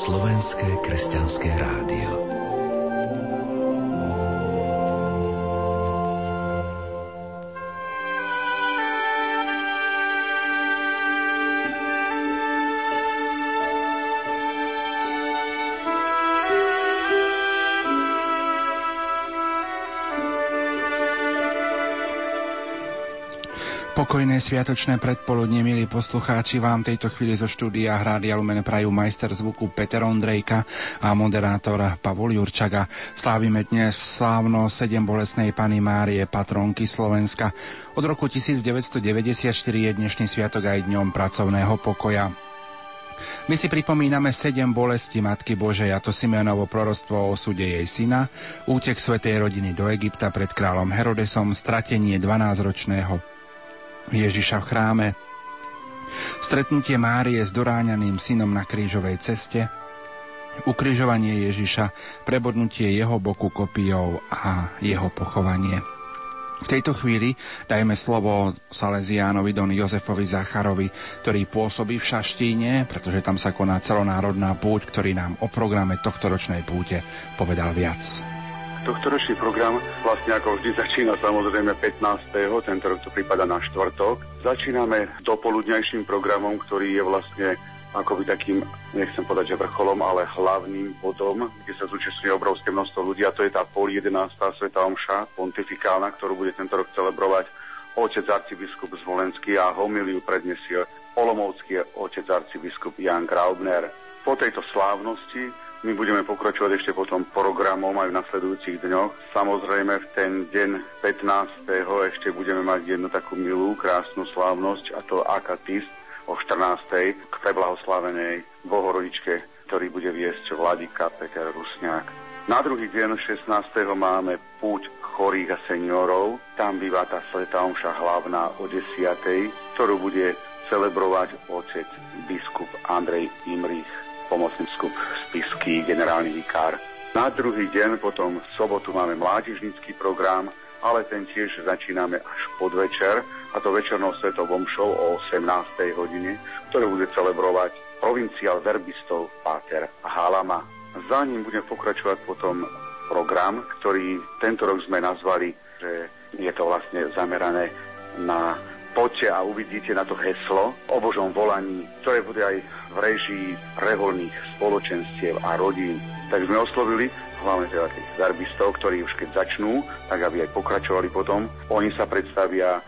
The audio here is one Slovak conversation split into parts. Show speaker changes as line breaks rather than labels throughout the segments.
Slovenské kresťanské rádio.
Pokojné sviatočné predpoludne, milí poslucháči, vám tejto chvíli zo štúdia Rádia Lumen prajú majster zvuku Peter Ondrejka a moderátor Pavol Jurčaga. Slávime dnes slávno 7 bolestnej Panny Márie, patronky Slovenska. Od roku 1994 je dnešný sviatok aj dňom pracovného pokoja. My si pripomíname 7 bolestí Matky Božej, a to Simeonovo proroctvo o osude jej syna, útek svätej rodiny do Egypta pred kráľom Herodesom, stratenie 12-ročného Ježiša v chráme, stretnutie Márie s doráňaným synom na krížovej ceste, ukrižovanie Ježiša, prebodnutie jeho boku kopijou a jeho pochovanie. V tejto chvíli dajme slovo Salesiánovi Don Jozefovi Zácharovi, ktorý pôsobí v Šaštíne, pretože tam sa koná celonárodná púť, ktorý nám o programe tohtoročnej púte povedal viac.
Tohtoročný program vlastne ako vždy začína samozrejme 15. Tento rok to prípada na štvrtok. Začíname dopoludňajším programom, ktorý je vlastne akoby takým, nechcem povedať, že vrcholom, ale hlavným bodom, kde sa zúčastňuje obrovské množstvo ľudí, a to je tá 10:30 svätá omša pontifikálna, ktorú bude tento rok celebrovať otec arcibiskup Zvolenský, a homíliu predniesie olomoucký otec arcibiskup Jan Graubner. Po tejto slávnosti my budeme pokračovať ešte potom programom aj v nasledujúcich dňoch. Samozrejme v ten deň 15. ešte budeme mať jednu takú milú, krásnu slávnosť, a to Akatis o 14. k preblahoslavenej Bohorodičke, ktorý bude viesť vladyka Peter Rusňák. Na druhý deň 16. máme púť chorých a seniorov. Tam býva tá svätá omša hlavná o 10., ktorú bude celebrovať otec biskup Andrej Imrich, pomocný biskup Spišský, generálny vikár. Na druhý deň, potom v sobotu, máme mládežnícky program, ale ten tiež začíname až podvečer, a to večernou svetou omšou o 18. hodine, ktorú bude celebrovať provinciál verbistov páter Halama. Za ním bude pokračovať potom program, ktorý tento rok sme nazvali, že je to vlastne zamerané na poďte a uvidíte, na to heslo o Božom volaní, ktoré bude aj v režii reholných spoločenstiev a rodín. Tak sme oslovili hlavne teda tých verbistov, ktorí už keď začnú, tak aby aj pokračovali potom. Oni sa predstavia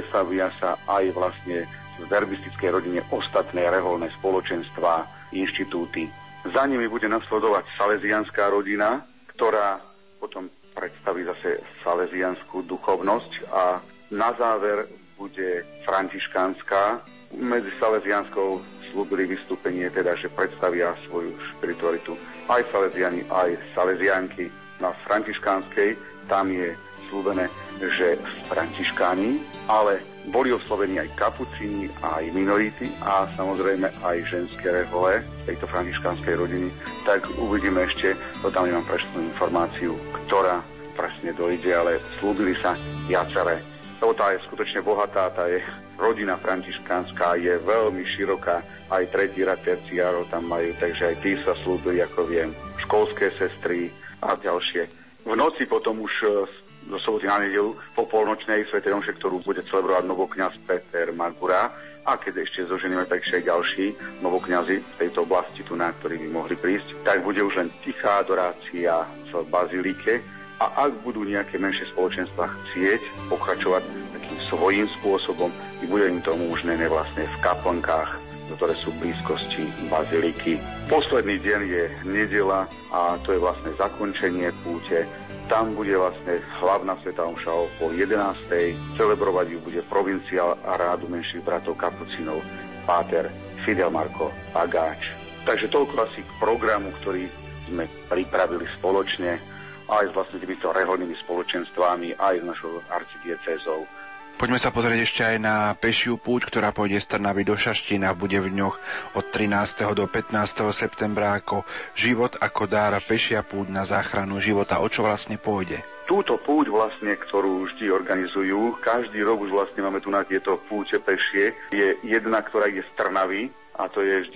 sa aj vlastne v verbistickej rodine ostatné reholné spoločenstvá, inštitúty. Za nimi bude nasledovať salesianská rodina, ktorá potom predstaví zase salesianskú duchovnosť, a na záver bude františkánska. Medzi salesianskou slúbili vystúpenie, teda, že predstavia svoju spiritualitu aj salesiani, aj salesianky. Na františkánskej tam je slúbené, že františkáni, ale boli oslovení aj kapucíni, aj minority a samozrejme aj ženské rehole tejto františkánskej rodiny. Tak uvidíme ešte, to tam nemám presnú informáciu, ktorá presne dojde, ale slúbili sa viaceré. Tá je skutočne bohatá, tá je rodina františkánska, je veľmi široká, aj tretí rad terciárov tam majú, takže aj tí sa slúbili, ako viem, školské sestry a ďalšie. V noci potom už zo soboty na nedeľu po polnočnej svätej omše, ktorú bude celebrovať novokňaz Peter Magura, a keď ešte zoženieme tak ešte aj ďalší novokňazi v tejto oblasti, tu na ktorých by mohli prísť, tak bude už len tichá adorácia v bazilike. A ak budú nejaké menšie spoločenstvá chcieť pokračovať takým svojím spôsobom, i bude im to umožnené vlastne v kaplnkách, ktoré sú v blízkosti baziliky. Posledný deň je nedeľa, a to je vlastne zakončenie púte. Tam bude vlastne hlavná svätá omša o 10:30. Celebrovať ju bude provinciál a rádu menších bratov kapucínov páter Fidel Marko Pagáč. Takže toľko asi k programu, ktorý sme pripravili spoločne aj s vlastne týmito reholnými spoločenstvami, aj s našou arcidiecézou.
Poďme sa pozrieť ešte aj na pešiu púť, ktorá pôjde z Trnavy do Šaštína. Bude v dňoch od 13. do 15. septembra ako život ako dar, pešia púť na záchranu života. O čo vlastne pôjde?
Túto púť vlastne, ktorú vždy organizujú, každý rok už vlastne máme tu na tieto púte pešie, je jedna, ktorá ide z Trnavy, a to je vždy v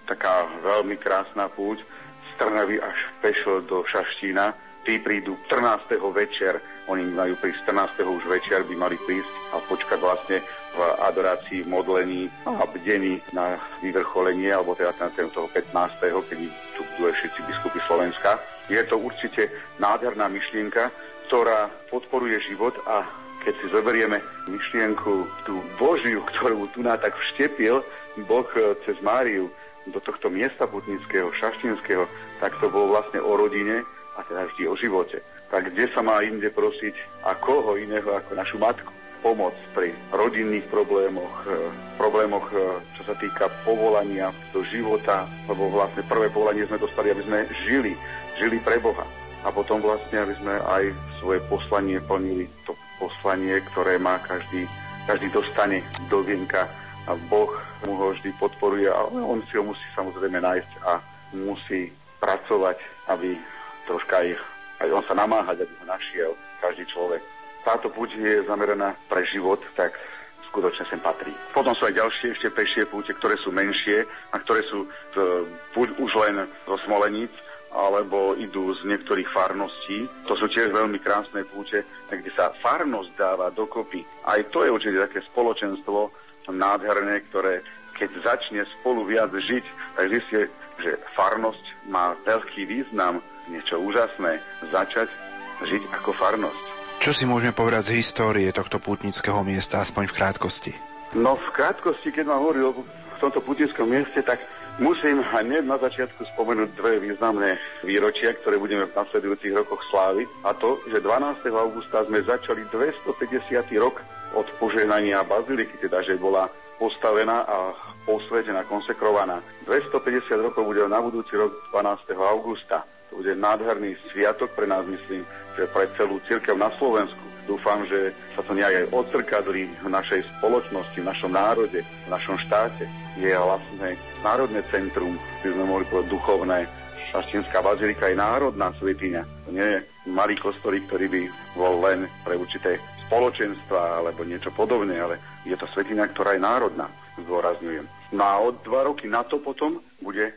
taká veľmi krásna púť z Trnavy až pešo do Šaštína. Tí prídu 14. večer, oni majú prísť 14. už večer, by mali prísť a počkať vlastne v adorácii, v modlení a bdení na vyvrcholenie, alebo teda toho 15., keď tu budú všetci biskupy Slovenska. Je to určite nádherná myšlienka, ktorá podporuje život a keď si zoberieme myšlienku tú Božiu, ktorú tu nás tak vštepil Boh cez Máriu do tohto miesta putnického, šaštinského, tak to bolo vlastne o rodine a teda vždy o živote. Tak kde sa má inde prosiť a koho iného ako našu matku? Pomoc pri rodinných problémoch, čo sa týka povolania do života, lebo vlastne prvé povolanie sme dostali, aby sme žili pre Boha. A potom vlastne, aby sme aj svoje poslanie plnili, to poslanie, ktoré má každý dostane do vienka a Boh mu ho vždy podporuje a on si ho musí samozrejme nájsť a musí pracovať, aby troška aj on sa namáhať, aby ho našiel každý človek. Táto púť je zameraná pre život, tak skutočne sem patrí. Potom sú aj ďalšie ešte pešie púte, ktoré sú menšie a ktoré sú buď už len zo Smoleníc, alebo idú z niektorých farností. To sú tiež veľmi krásne púte, kde sa farnosť dáva dokopy. Aj to je určite také spoločenstvo nádherné, ktoré keď začne spolu viac žiť, tak zistie, že farnosť má veľký význam, niečo úžasné, začať žiť ako farnosť.
Čo si môžeme povedať z histórie tohto pútnického miesta, aspoň v krátkosti?
No v krátkosti, keď mám hovoril v tomto pútnickom mieste, tak musím hneď na začiatku spomenúť dve významné výročia, ktoré budeme v nasledujúcich rokoch sláviť. A to, že 12. augusta sme začali 250. rok od požehnania baziliky, teda že bola postavená a posvetená, konsekrovaná. 250 rokov bude na budúci rok 12. augusta. To bude nádherný sviatok pre nás, myslím, že pre celú cirkev na Slovensku. Dúfam, že sa to nejak aj odzrkadlí v našej spoločnosti, v našom národe, v našom štáte. Je vlastne národné centrum, by sme mohli povedať duchovné. Šaštinská bazilika je národná svätyňa. To nie je malý kostolík, ktorý by bol len pre určité spoločenstva alebo niečo podobné, ale je to svätyňa, ktorá je národná, zdôrazňujem. No a od 2 roky na to potom bude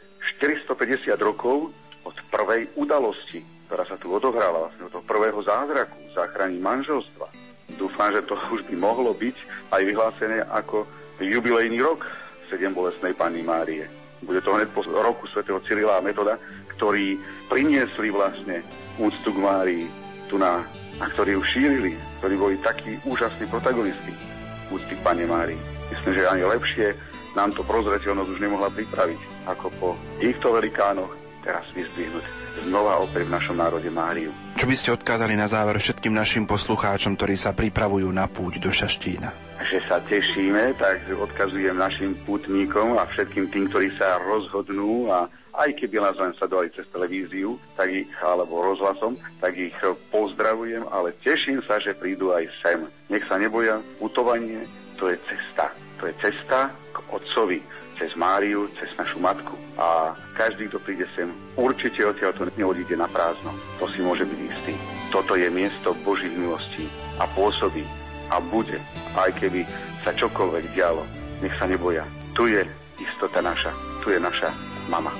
450 rokov od prvej udalosti, ktorá sa tu odohrala, vlastne od toho prvého zázraku, záchrany manželstva. Dúfam, že to už by mohlo byť aj vyhlásené ako jubilejný rok 7 bolestnej Panny Márie. Bude to hneď po roku svätého Cyrila a Metoda, ktorí priniesli vlastne úctu k Márii tu a ktorí ju šírili, ktorí boli takí úžasní protagonisti úcty k Panne Márii. Myslím, že ani lepšie nám to prozreteľnosť už nemohla pripraviť, ako po týchto velikánoch teraz vyzdvihnúť znova opäť v našom národe Máriu.
Čo by ste odkázali na záver všetkým našim poslucháčom, ktorí sa pripravujú na púť do Šaštína?
Že sa tešíme, tak odkazujem našim pútníkom a všetkým tým, ktorí sa rozhodnú a aj keby nás len sledovali cez televíziu, tak ich, alebo rozhlasom, tak ich pozdravujem, ale teším sa, že prídu aj sem. Nech sa neboja, putovanie, to je cesta. To je cesta k Otcovi, cez Máriu, cez našu matku. A každý, kto príde sem, určite odtiaľ to neodíde na prázdno. To si môže byť istý. Toto je miesto Božích milostí a pôsobí a bude, aj keby sa čokoľvek dialo. Nech sa neboja. Tu je istota naša. Tu je naša mama.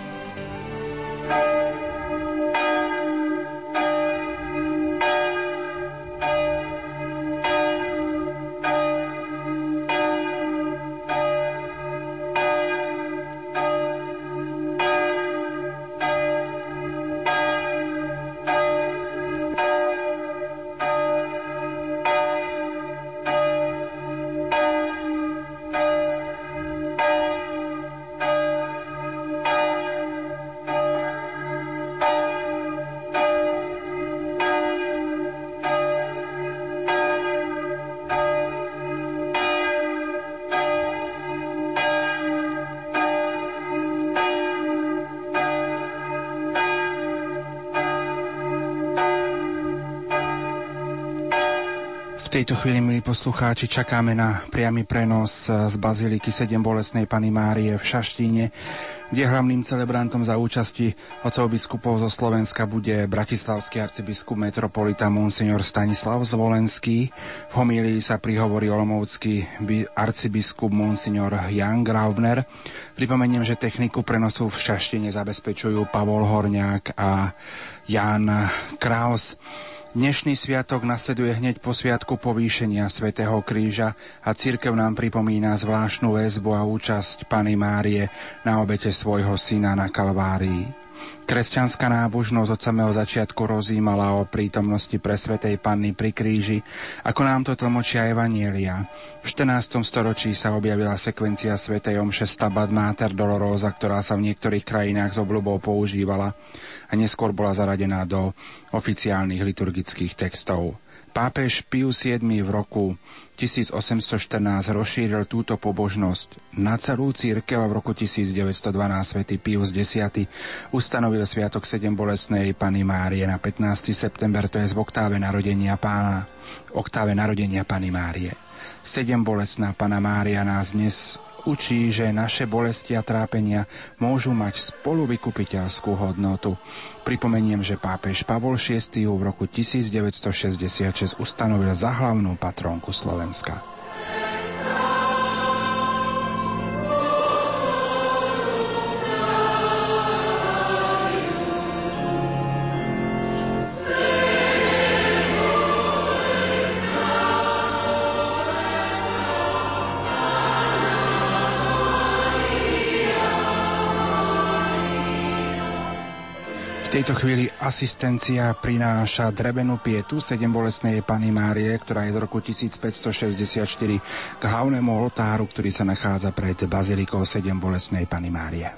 V tejto chvíli, milí poslucháči, čakáme na priamy prenos z Baziliky 7 bolestnej Panny Márie v Šaštíne, kde hlavným celebrantom za účasti otcov biskupov zo Slovenska bude bratislavský arcibiskup metropolita monsignor Stanislav Zvolenský. V homílii sa prihovorí olomoucký arcibiskup monsignor Jan Graubner. Pripomeniem, že techniku prenosu v Šaštine zabezpečujú Pavol Horňák a Jan Kraus. Dnešný sviatok nasleduje hneď po sviatku povýšenia svätého Kríža a cirkev nám pripomína zvláštnu väzbu a účasť Panny Márie na obete svojho syna na Kalvárii. Kresťanská nábožnosť od samého začiatku rozímala o prítomnosti presvätej Panny pri kríži, ako nám to tlmočia evanjelia. V 14. storočí sa objavila sekvencia svätej omše Stabat Mater Dolorosa, ktorá sa v niektorých krajinách s obľubou používala a neskôr bola zaradená do oficiálnych liturgických textov. Pápež Pius VII v roku 1814 rozšíril túto pobožnosť na celú cirkev a v roku 1912 svätý Pius X ustanovil sviatok 7 bolestnej Panny Márie na 15. september, to je v oktáve narodenia Panny Márie. 7 bolestná Panna Mária nás dnes učí, že naše bolesti a trápenia môžu mať spoluvykupiteľskú hodnotu. Pripomeniem, že pápež Pavol VI ju v roku 1966 ustanovil za hlavnú patrónku Slovenska. V tejto chvíli asistencia prináša drevenú pietu 7 bolestnej Panny Márie, ktorá je z roku 1564 k hlavnému oltáru, ktorý sa nachádza pred Bazilikou 7 bolestnej Panny Márie.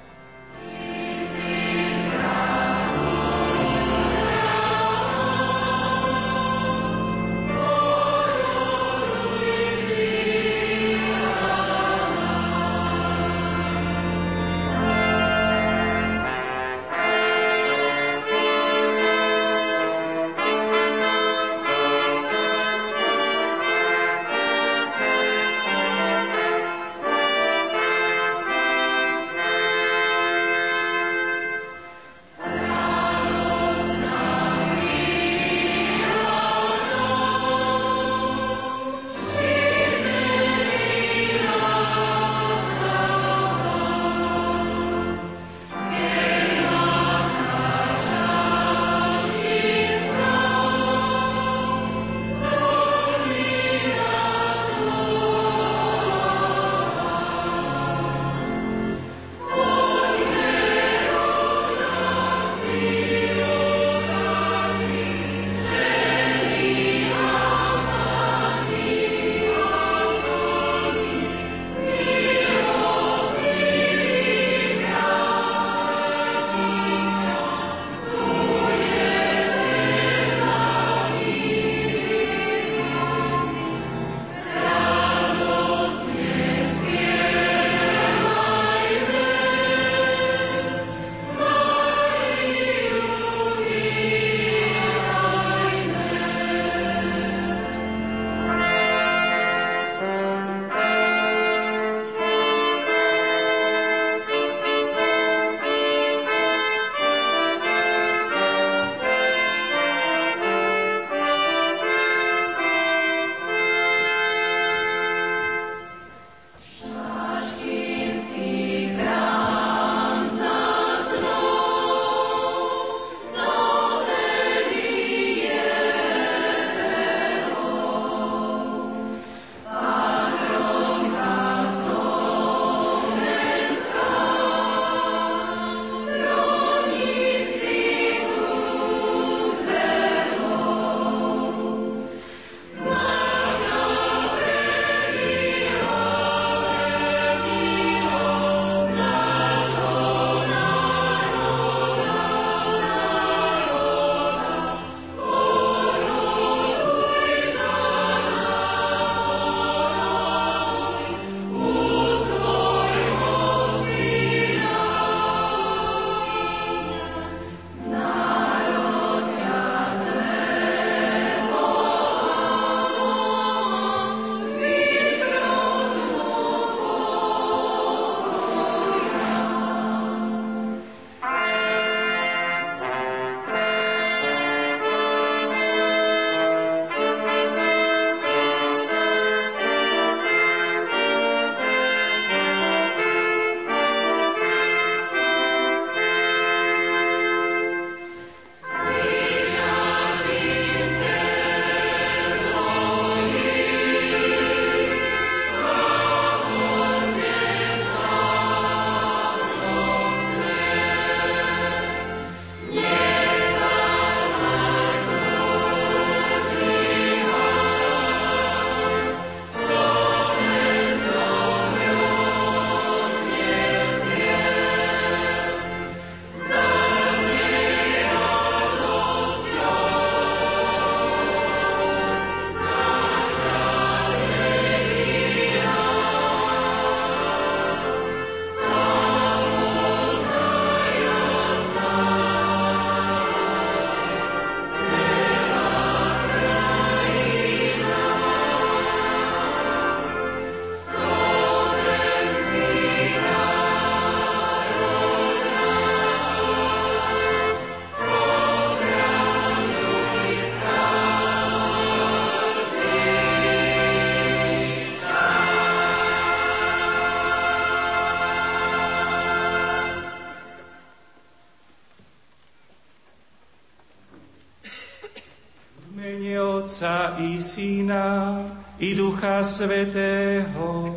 Otca i Syna i Ducha Svätého.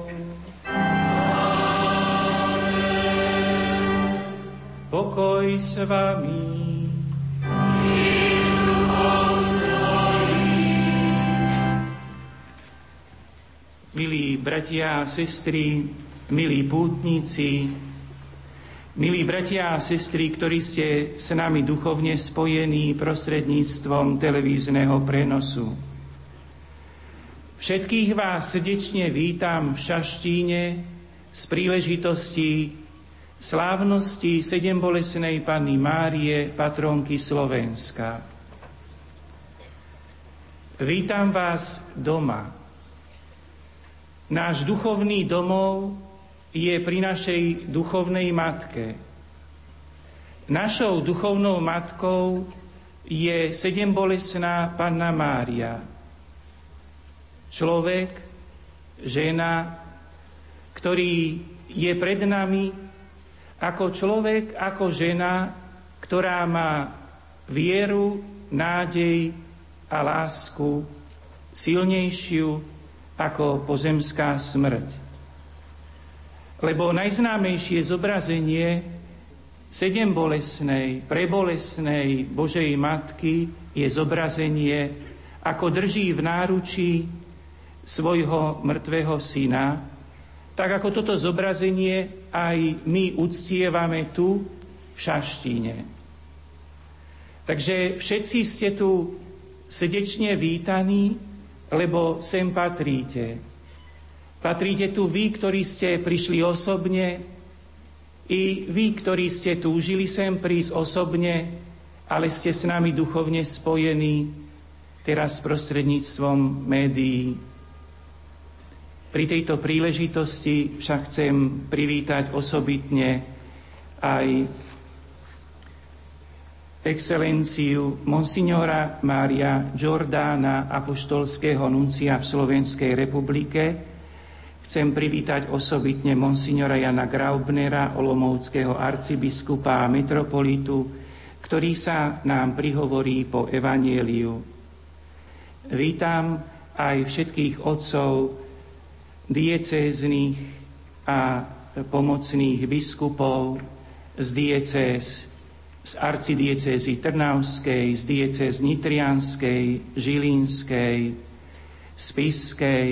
Pokoj s vami. Milí bratia a sestry, milí pútnici, milí bratia a sestry, ktorí ste s nami duchovne spojení prostredníctvom televízneho prenosu. Všetkých vás srdečne vítam v Šaštíne z príležitosti slávnosti Sedembolestnej Panny Márie, patronky Slovenska. Vítam vás doma. Náš duchovný domov je pri našej duchovnej matke. Našou duchovnou matkou je Sedembolestná Panna Mária. Človek, žena, ktorý je pred nami ako človek, ako žena, ktorá má vieru, nádej a lásku silnejšiu ako pozemská smrť. Lebo najznámejšie zobrazenie sedembolestnej, prebolestnej Božej Matky je zobrazenie, ako drží v náručí svojho mŕtvého syna. Tak ako toto zobrazenie aj my uctievame tu v Šaštíne. Takže všetci ste tu srdečne vítaní, lebo sem patríte. Patríte tu vy, ktorí ste prišli osobne, i vy, ktorí ste túžili sem prísť osobne, ale ste s nami duchovne spojení teraz prostredníctvom médií. Pri tejto príležitosti však chcem privítať osobitne aj excelenciu monsignora Mária Giordána, apoštolského nuncia v Slovenskej republike. Chcem privítať osobitne monsignora Jana Graubnera, olomouckého arcibiskupa a metropolitu, ktorý sa nám prihovorí po evanjeliu. Vítam aj všetkých otcov diecéznych a pomocných biskupov z diecéz, z arcidiecézy Trnavskej, z diecéz Nitrianskej, Žilínskej, Spišskej.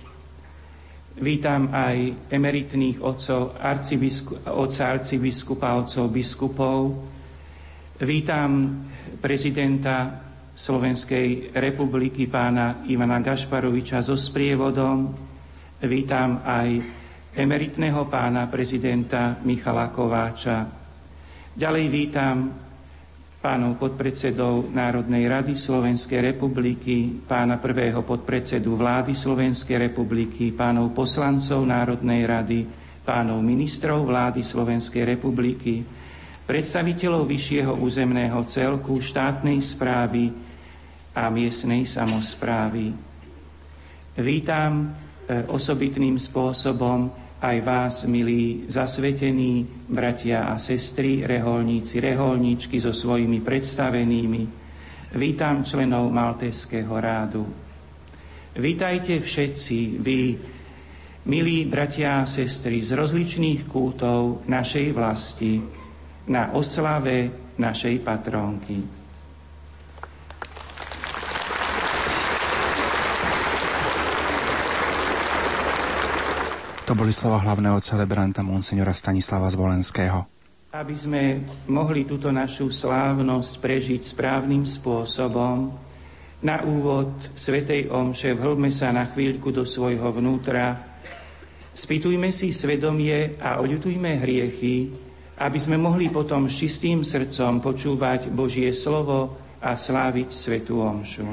Vítam aj emeritných otcov arcibiskupa, otcov biskupov. Vítam prezidenta Slovenskej republiky pána Ivana Gašparoviča so sprievodom. Vítam aj emeritného pána prezidenta Michala Kováča. Ďalej vítam pánov podpredsedov Národnej rady Slovenskej republiky, pána prvého podpredsedu vlády Slovenskej republiky, pánov poslancov Národnej rady, pánov ministrov vlády Slovenskej republiky, predstaviteľov vyššieho územného celku, štátnej správy a miestnej samosprávy. Vítam osobitným spôsobom aj vás, milí zasvetení bratia a sestry, reholníci, reholníčky so svojimi predstavenými. Vítam členov Maltézskeho rádu. Vítajte všetci vy, milí bratia a sestry z rozličných kútov našej vlasti na oslave našej patrónky.
To boli slova hlavného celebranta monsignora Stanislava Zvolenského.
Aby sme mohli túto našu slávnosť prežiť správnym spôsobom, na úvod svätej omše vhlbme sa na chvíľku do svojho vnútra, spýtujme si svedomie a oľutujme hriechy, aby sme mohli potom s čistým srdcom počúvať Božie slovo a sláviť svätú omšu.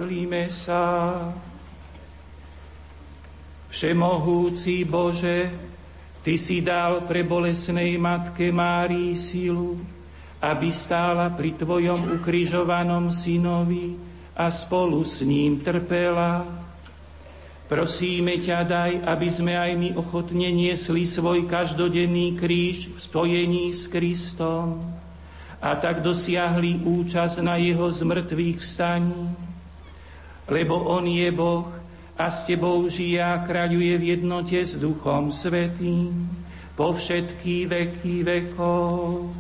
Modlíme sa. Všemohúci Bože, Ty si dal pre bolesnej matke Márii silu, aby stála pri Tvojom ukrižovanom synovi a spolu s ním trpela. Prosíme ťa, daj, aby sme aj my ochotne niesli svoj každodenný kríž v spojení s Kristom a tak dosiahli účasť na jeho zmrtvých vstaní. Lebo on je Boh a s Tebou žije a kráľuje v jednote s Duchom Svätým po všetky veky vekov.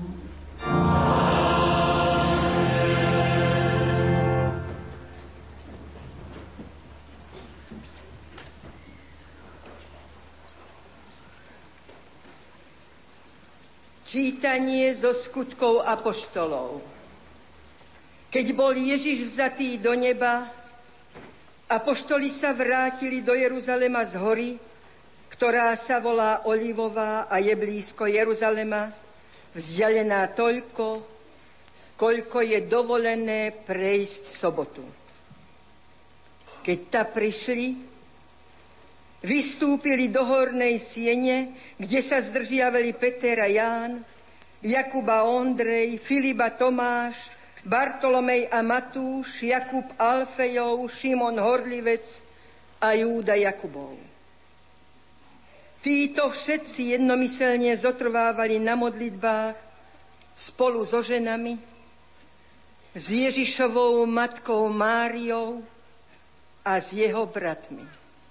Čítanie zo skutkov apoštolov. Keď bol Ježiš vzatý do neba, apoštoli sa vrátili do Jeruzalema z hory, ktorá sa volá Olivová a je blízko Jeruzalema, vzdialená toľko, koľko je dovolené prejsť sobotu. Keď ta prišli, vystúpili do hornej siene, kde sa zdržiavali Peter a Ján, Jakub a Ondrej, Filip a Tomáš, Bartolomej a Matúš, Jakub Alfejov, Šimon Horlivec a Júda Jakubov. Títo všetci jednomyselne zotrvávali na modlitbách spolu so ženami, s Ježišovou matkou Máriou a s jeho bratmi.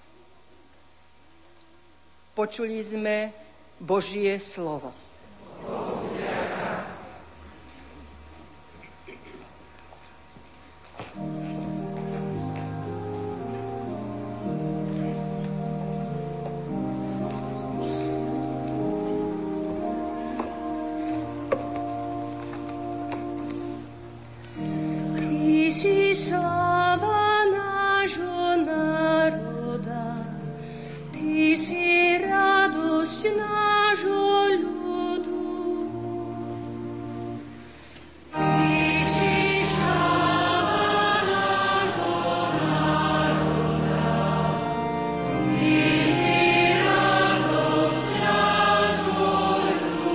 Počuli sme Božie slovo.
Sláva nášho národa, Ty si radosť nášho ľudu. Ty si sláva nášho národa, Ty si radosť nášho ľudu.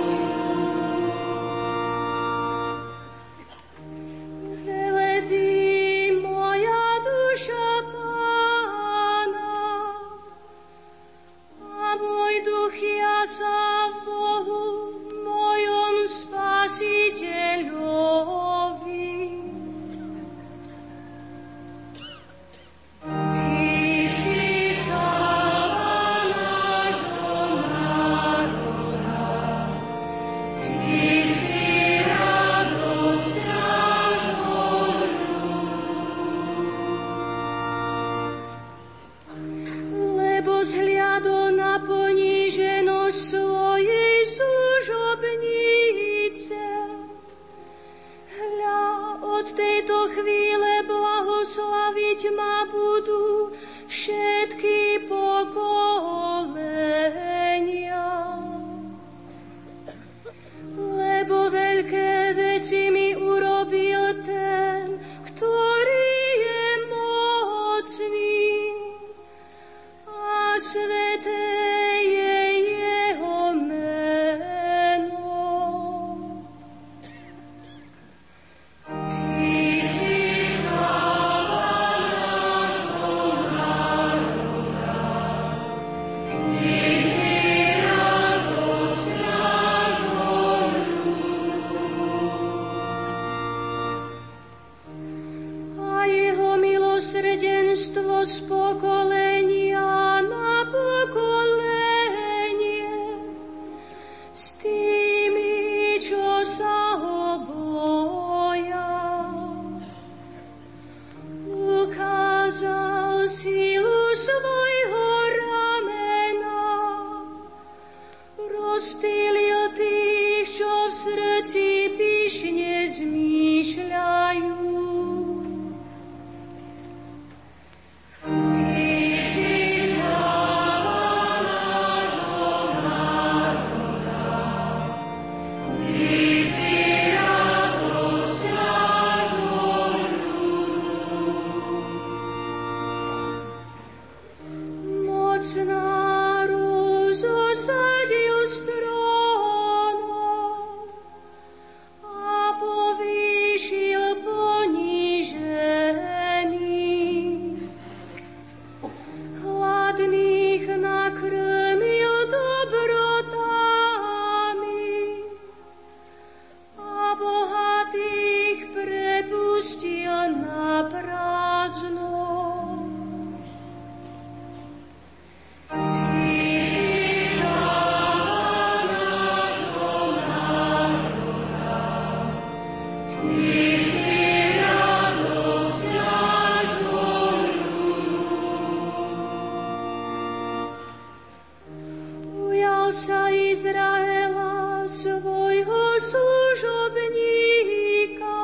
Izraela svojho služobníka,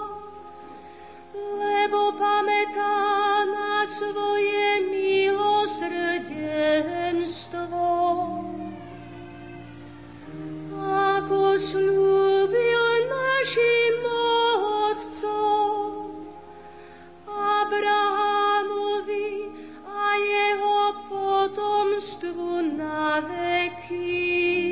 lebo pamätá na svoje milosrdenstvo. Ako slúbil našim otcom, Abrahamovi a jeho potomstvu na veky.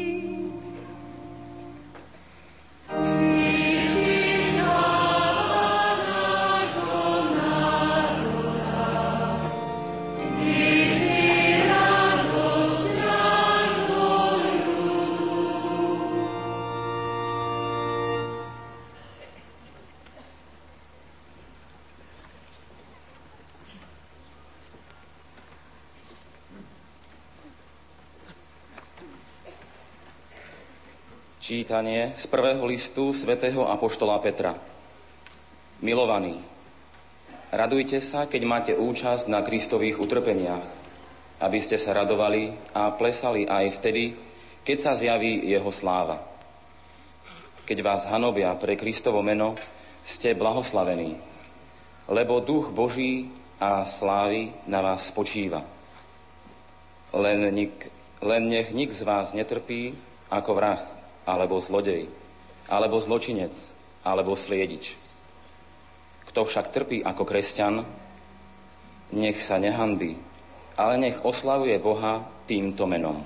Čítanie z prvého listu svätého apoštola Petra. Milovaní, radujte sa, keď máte účasť na Kristových utrpeniach, aby ste sa radovali a plesali aj vtedy, keď sa zjaví jeho sláva. Keď vás hanobia pre Kristovo meno, ste blahoslavení, lebo duch Boží a slávy na vás spočíva. Len nech nik z vás netrpí ako vrah, alebo zlodej, alebo zločinec, alebo sliedič. Kto však trpí ako kresťan, nech sa nehanbí, ale nech oslavuje Boha týmto menom.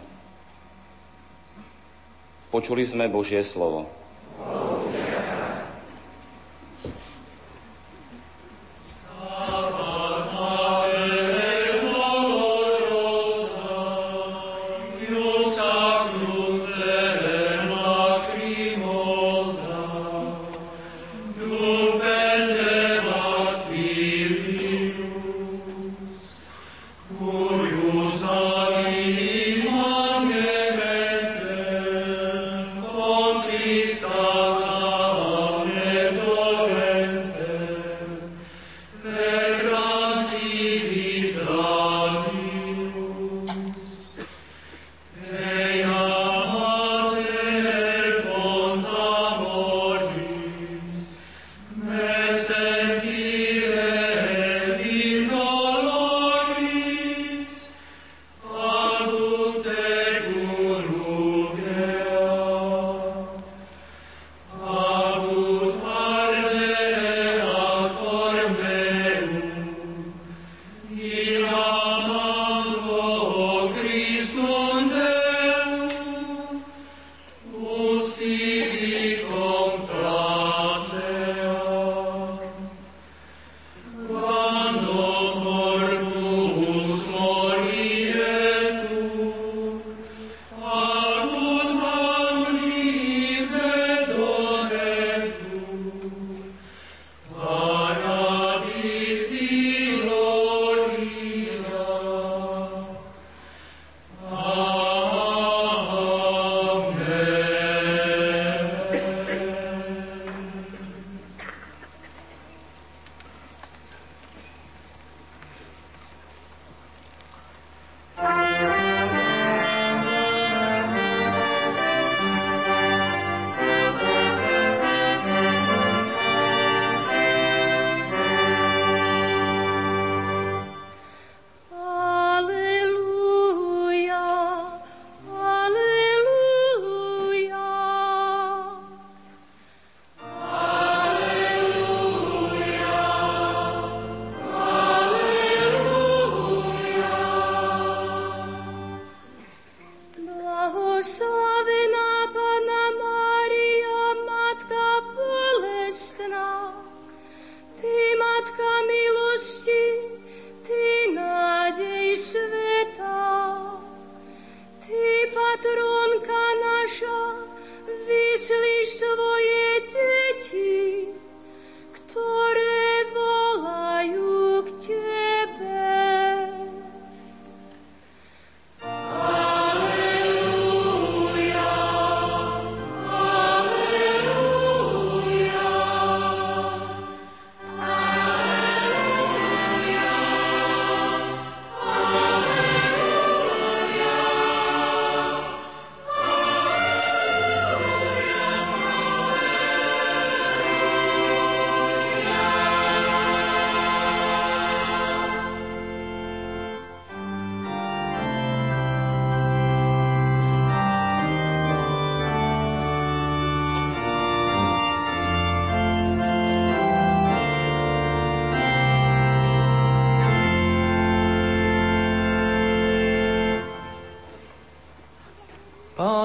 Počuli sme Božie slovo.
Christ.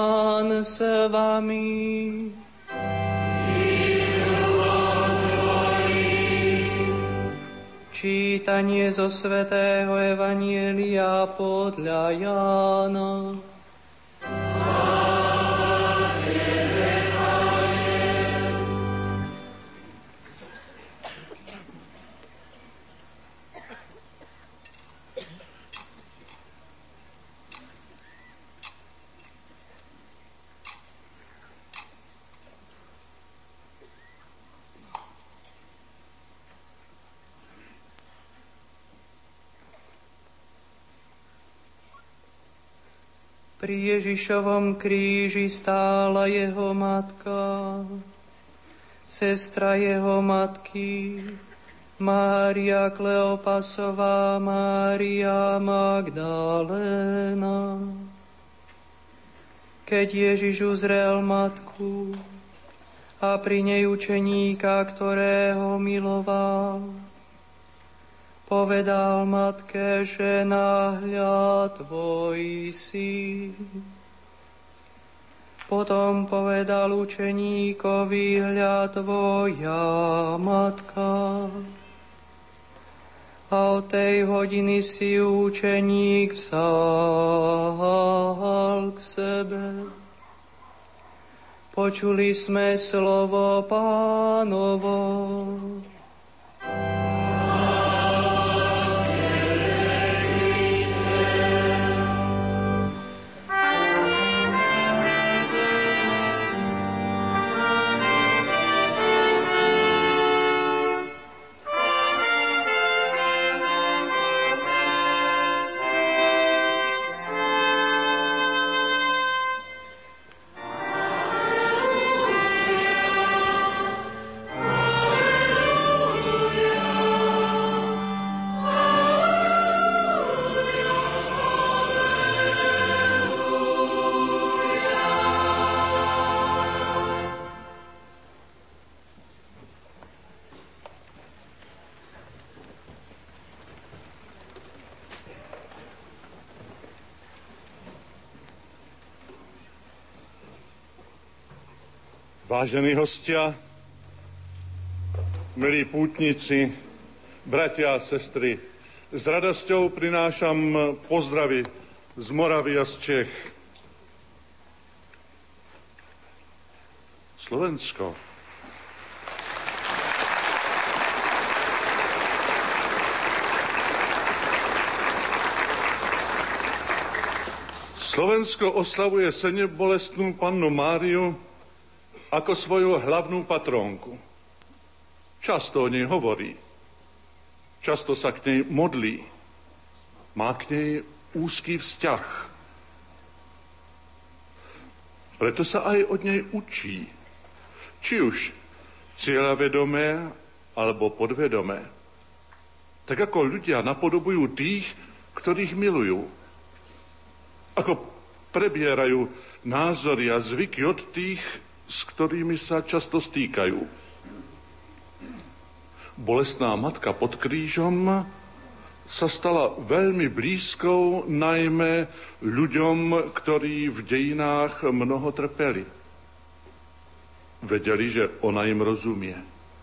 Pán s vami. Čítanie zo svätého Evanjelia podľa Jána. Pri Ježišovom kríži stála jeho matka, sestra jeho matky, Mária Kleopasová, Mária Magdaléna. Keď Ježiš uzrel matku a pri nej učeníka, ktorého miloval, povedal matke, žena, hľa tvoj syn. Potom povedal učeníkovi, hľa tvoja matka. A od tej hodiny si učeník vzal k sebe. Počuli sme slovo Pánovo.
Vážení hostia, milí pútnici, bratia a sestry, s radosťou prinášam pozdravy z Moravy a z Čech. Slovensko. Slovensko oslavuje sedembolestnú pannu Máriu ako svoju hlavnú patrónku. Často o nej hovorí, často sa k nej modlí, má k nej úzky vzťah. Preto sa aj od nej učí, či už cieľavedomé alebo podvedomé. Tak ako ľudia napodobujú tých, ktorých milujú. Ako prebierajú názory a zvyky od tých, s ktorými sa často stýkajú. Bolestná matka pod krížom sa stala veľmi blízkou najmä ľuďom, ktorí v dejinách mnoho trpeli. Vedeli, že ona im rozumie.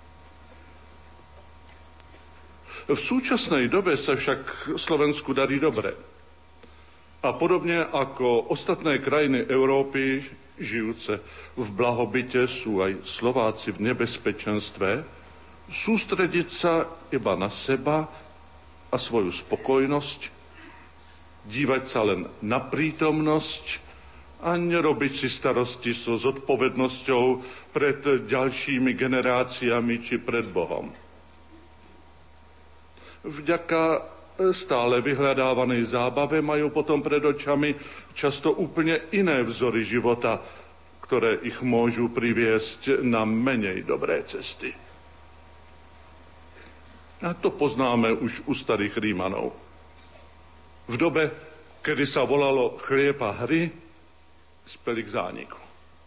V súčasnej dobe sa však Slovensku darí dobre. A podobne ako ostatné krajiny Európy, žijúce v blahobite, sú aj Slováci v nebezpečenstve sústrediť sa iba na seba a svoju spokojnosť, dívať sa len na prítomnosť a nerobiť si starosti so zodpovednosťou pred ďalšími generáciami či pred Bohom. Vďaka stále vyhľadávanej zábave majú potom pred očami často úplne iné vzory života, ktoré ich môžu priviesť na menej dobré cesty. A to poznáme už u starých Rímanov. V dobe, kedy sa volalo chlieb a hry, speli k zániku.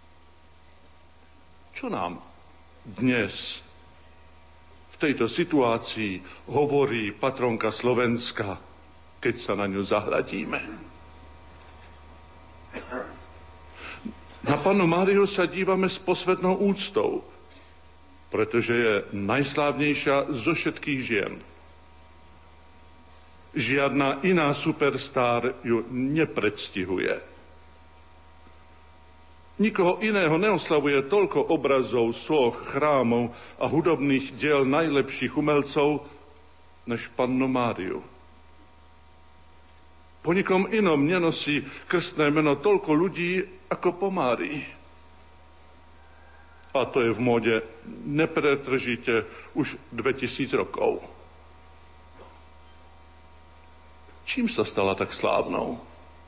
Čo nám dnes v tejto situácii hovorí patronka Slovenska, keď sa na ňu zahľadíme? Na Pannu Máriu sa dívame s posvetnou úctou, pretože je najslávnejšia zo všetkých žien. Žiadna iná superstar ju nepredstihuje. Nikoho iného neoslavuje toľko obrazov, soch, chrámov a hudobných diel najlepších umelcov, než Pannu Máriu. Po nikom inom nenosí krstné meno toľko ľudí, ako po Márii. A to je v móde nepretržite už 2000 rokov. Čím sa stala tak slávnou?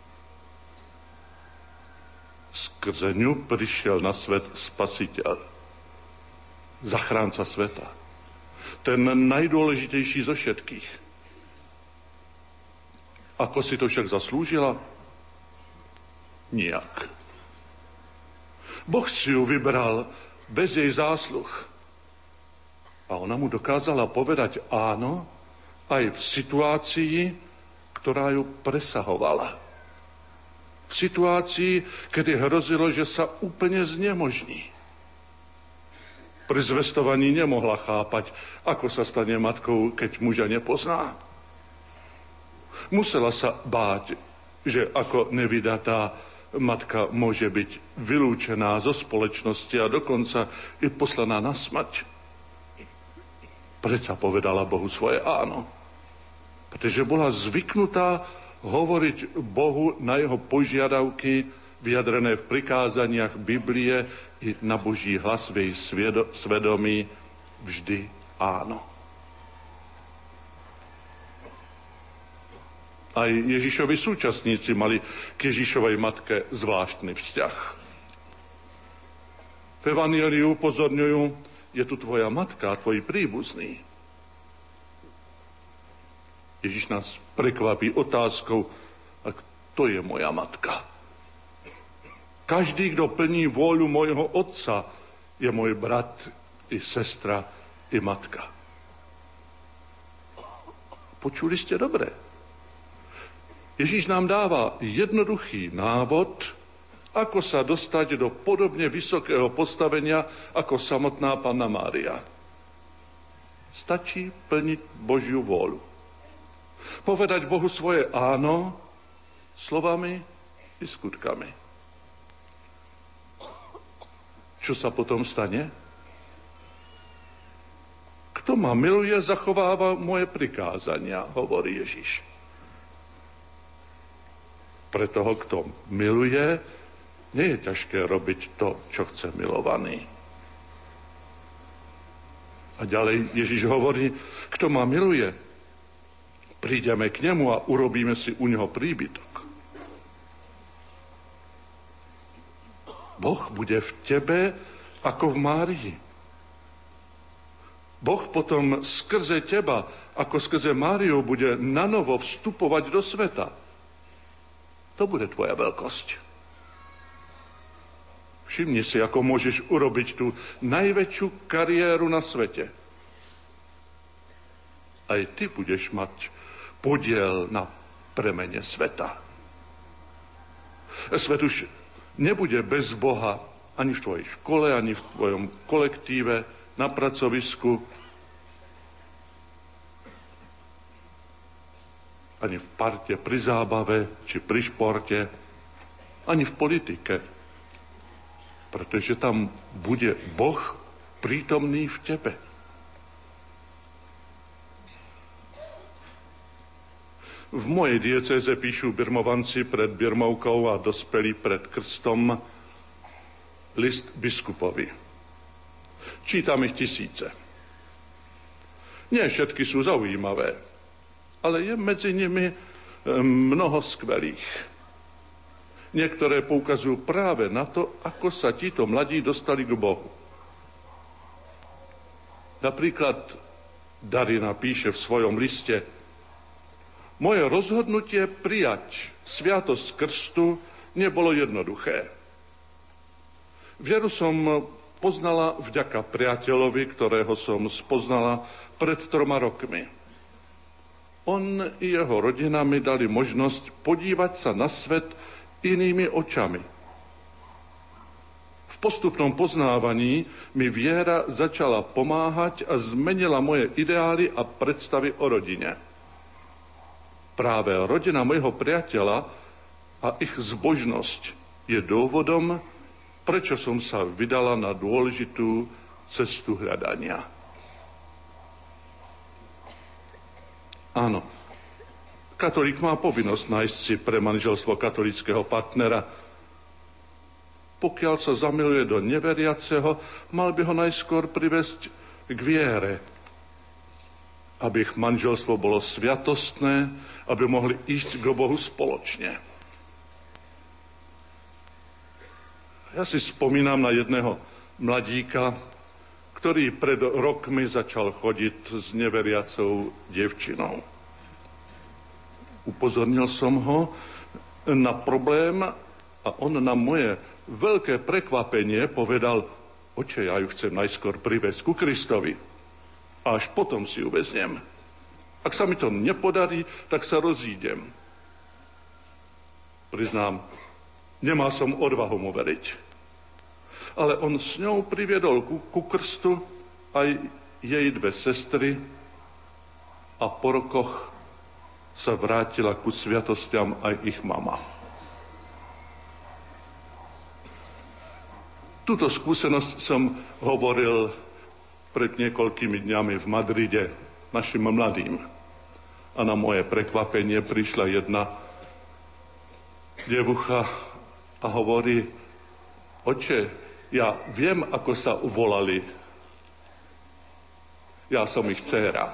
Skrze ňu prišiel na svet Spasiteľ, zachránca sveta. Ten najdôležitejší zo všetkých. Ako si to však zaslúžila? Nijak. Boh si ju vybral bez jej zásluh. A ona mu dokázala povedať áno aj v situácii, ktorá ju presahovala. V situácii, kedy hrozilo, že sa úplne znemožní. Pri zvestovaní nemohla chápať, ako sa stane matkou, keď muža nepozná. Musela sa báť, že ako nevydatá matka môže byť vylúčená zo spoločnosti a dokonca i poslaná na smrť. Predsa povedala Bohu svoje áno. Pretože bola zvyknutá hovoriť Bohu na jeho požiadavky, vyjadrené v prikázaniach Biblie i na Boží hlas v jej svedomí vždy áno. Aj Ježišovi súčasníci mali k Ježišovej matke zvláštny vzťah. V Evanjeliu upozorňujú, je tu tvoja matka a tvoj príbuzný. Ježiš nás prekvapí otázkou, a kto je moja matka? Každý, kto plní vôľu môjho otca, je môj brat, i sestra, i matka. Počuli ste dobre? Ježiš nám dáva jednoduchý návod, ako sa dostať do podobne vysokého postavenia ako samotná Panna Mária. Stačí plniť Božiu vôľu. Povedať Bohu svoje áno slovami i skutkami. Čo sa potom stane? Kto ma miluje, zachováva moje prikázania, hovorí Ježiš. Pre toho, kto miluje, nie je ťažké robiť to, čo chce milovaný. A ďalej Ježiš hovorí, kto ma miluje, prídeme k nemu a urobíme si u neho príbytok. Boh bude v tebe ako v Márii. Boh potom skrze teba, ako skrze Máriu, bude nanovo vstupovať do sveta. To bude tvoja veľkosť. Všimni si, ako môžeš urobiť tú najväčšiu kariéru na svete. Aj ty budeš mať podiel na premene sveta. Svet už nebude bez Boha ani v tvojej škole, ani v tvojom kolektíve, na pracovisku, ani v parte pri zábave, či pri športe, ani v politike. Pretože tam bude Boh prítomný v tebe. V mojej diecéze píšu birmovanci pred birmovkou a dospelí pred krstom list biskupovi. Čítam ich tisíce. Nie všetky sú zaujímavé, ale je medzi nimi mnoho skvelých. Niektoré poukazujú práve na to, ako sa títo mladí dostali k Bohu. Napríklad Darina píše v svojom liste: moje rozhodnutie prijať sviatosť krstu nebolo jednoduché. Vieru som poznala vďaka priateľovi, ktorého som spoznala pred 3 rokmi. On i jeho rodina mi dali možnosť podívať sa na svet inými očami. postupnom poznávaní mi viera začala pomáhať a zmenila moje ideály a predstavy o rodine. Práve rodina mojho priateľa a ich zbožnosť je dôvodom, prečo som sa vydala na dôležitú cestu hľadania. Áno, katolík má povinnosť nájsť si pre manželstvo katolíckeho partnera. Pokiaľ sa zamiluje do neveriaceho, mal by ho najskôr privesť k viere, aby ich manželstvo bolo sviatostné, aby mohli ísť k Bohu spoločne. Ja si spomínam na jedného mladíka, ktorý pred rokmi začal chodiť s neveriacou dievčinou. Upozornil som ho na problém a on na moje veľké prekvapenie povedal: oče, ja ju chcem najskôr priviesť ku Kristovi a až potom si ju vezmem. Ak sa mi to nepodarí, tak sa rozídem. Priznám, nemal som odvahu mu veriť. Ale on s ňou priviedol ku krstu aj jej dve sestry a po rokoch sa vrátila ku sviatostiam aj ich mama. Túto skúsenosť som hovoril pred niekoľkými dňami v Madride našim mladým. A na moje prekvapenie prišla jedna devucha a hovorí: oče, ja viem, ako sa uvolali. Ja som ich dcéra.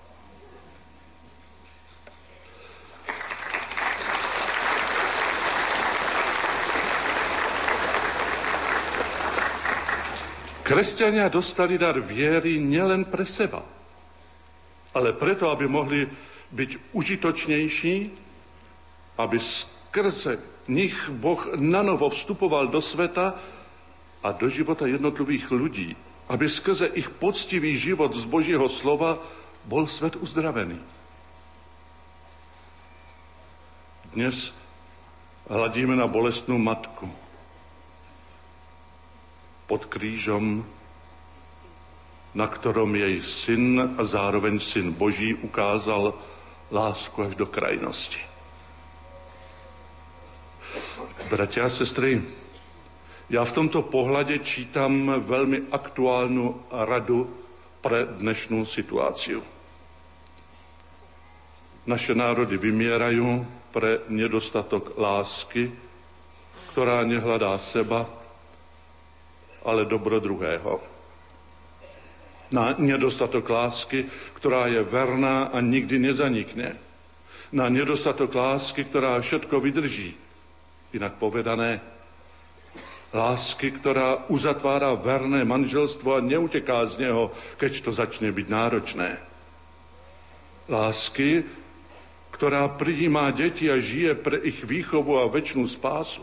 Kresťania dostali dar viery nielen pre seba, ale preto, aby mohli byť užitočnejší, aby skrze nich Boh nanovo vstupoval do sveta a do života jednotlivých ľudí, aby skrze ich poctivý život z Božieho slova bol svet uzdravený. Dnes hľadíme na bolestnú matku pod krížom, na ktorom jej syn a zároveň syn Boží ukázal lásku až do krajnosti. Bratia a sestry, ja v tomto pohľade čítam veľmi aktuálnu radu pre dnešnú situáciu. Naše národy vymierajú pre nedostatok lásky, ktorá nehľadá seba, ale dobro druhého. Na nedostatok lásky, ktorá je verná a nikdy nezanikne. Na nedostatok lásky, ktorá všetko vydrží. Inak povedané, lásky, ktorá uzatvára verné manželstvo a neuteká z neho, keď to začne byť náročné. Lásky, ktorá prijíma deti a žije pre ich výchovu a večnú spásu.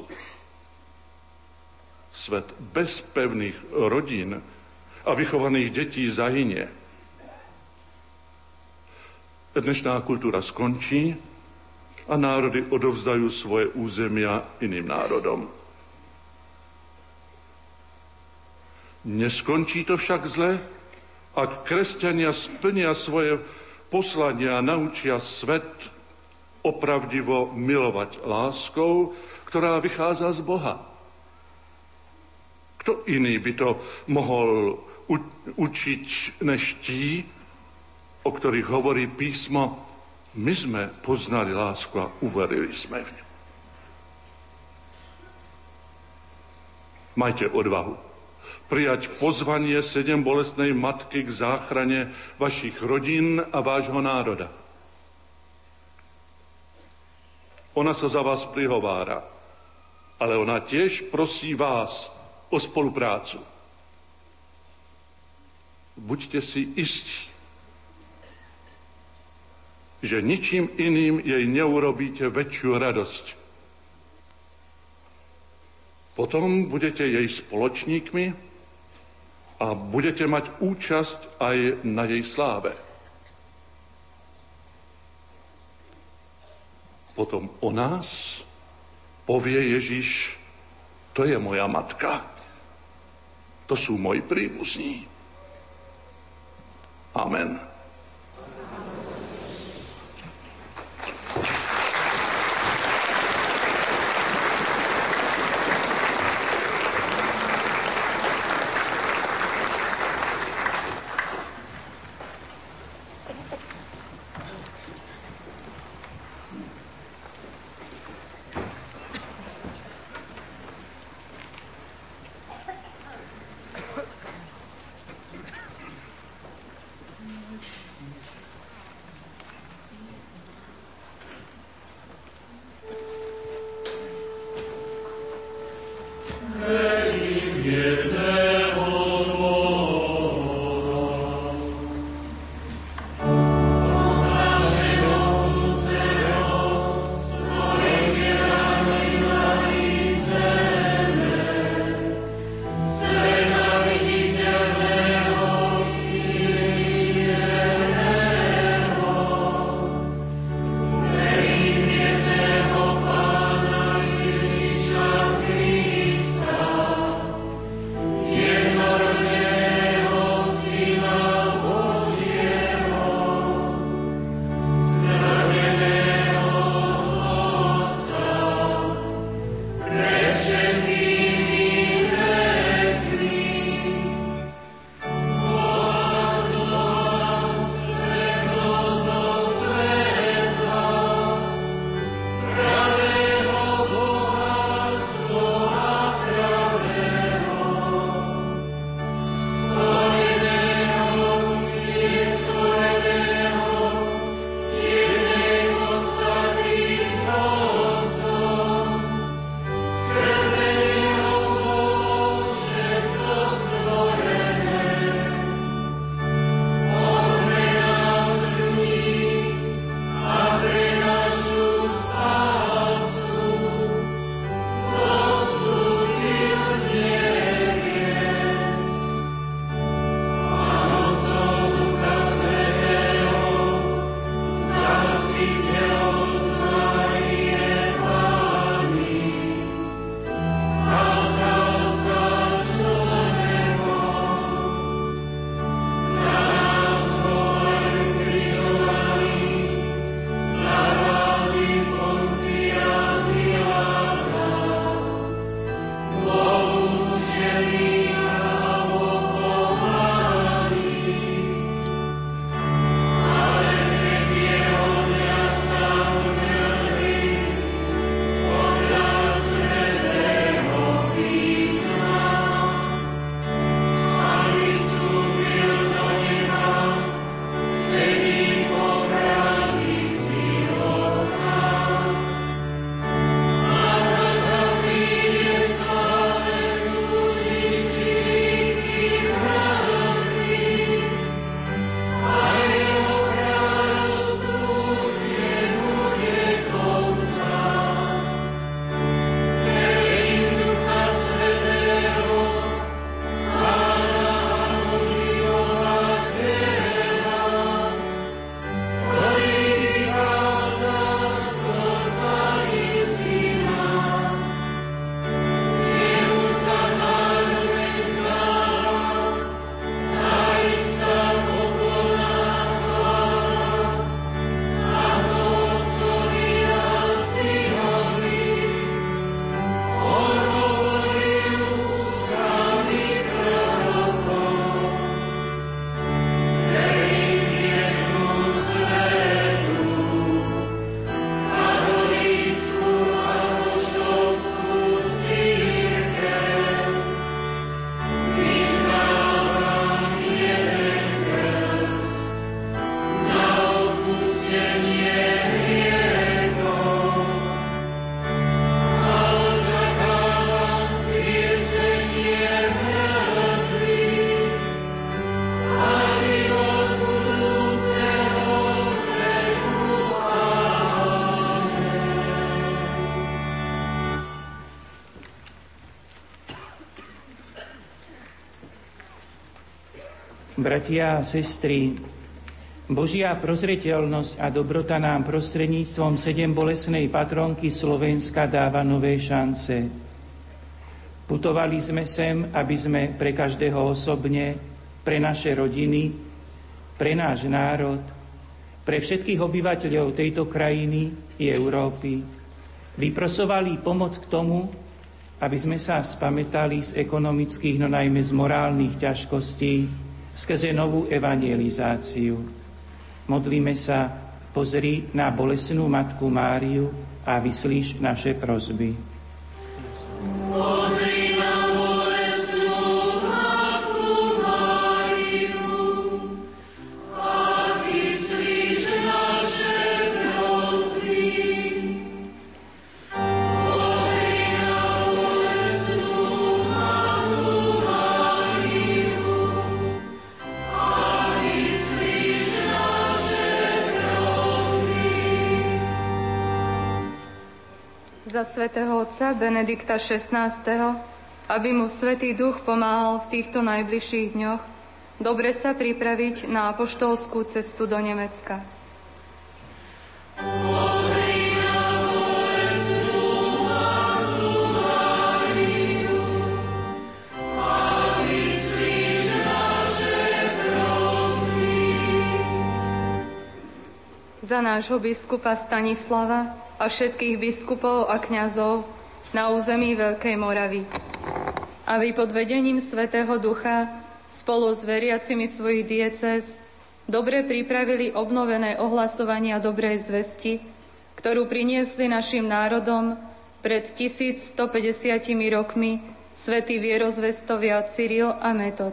Svet bez pevných rodín a vychovaných detí zahynie. Dnešná kultúra skončí a národy odovzdajú svoje územia iným národom. Neskončí to však zle, ak kresťania splnia svoje poslania a naučia svet opravdivo milovať láskou, ktorá vychádza z Boha. Kto iný by to mohol učiť než tí, o ktorých hovorí písmo: my sme poznali lásku a uverili sme v ňu. Majte odvahu prijať pozvanie 7 bolestnej matky k záchrane vašich rodín a vášho národa. Ona sa za vás prihovára, ale ona tiež prosí vás o spoluprácu. Buďte si istí, že ničím iným jej neurobíte väčšiu radosť. Potom budete jej spoločníkmi a budete mať účasť aj na jej sláve. Potom o nás povie Ježiš: to je moja matka. To sú moji príbuzní. Amen.
Bratia a sestry, Božia prozreteľnosť a dobrota nám prostredníctvom 7 bolestnej patronky Slovenska dáva nové šance. Putovali sme sem, aby sme pre každého osobne, pre naše rodiny, pre náš národ, pre všetkých obyvateľov tejto krajiny i Európy vyprosovali pomoc k tomu, aby sme sa spamätali z ekonomických, no najmä z morálnych ťažkostí skrze novú evangelizáciu. Modlíme sa, pozri na bolesnú Matku Máriu a vyslíš naše prosby.
Pozri na bolestnú Matku Máriu a vyslíš naše prosby. Pozri na bolestnú Matku Máriu a vyslíš naše prosby.
Za svätého otca Benedikta XVI, aby mu Svätý Duch pomáhal v týchto najbližších dňoch dobre sa pripraviť na apoštolskú cestu do Nemecka. Za nášho biskupa Stanislava a všetkých biskupov a kňazov na území Veľkej Moravy, aby pod vedením Svätého Ducha spolu s veriacimi svojich diecéz dobre pripravili obnovené ohlasovania dobrej zvesti, ktorú priniesli našim národom pred 1150 rokmi svätí vierozvestovia Cyril a Metod.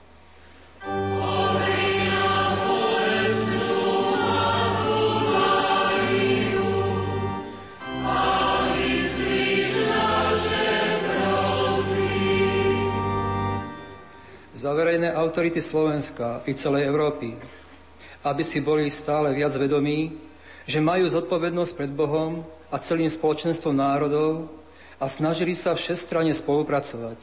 Za verejné autority Slovenska i celej Európy, aby si boli stále viac vedomí, že majú zodpovednosť pred Bohom a celým spoločenstvom národov a snažili sa všestranne spolupracovať.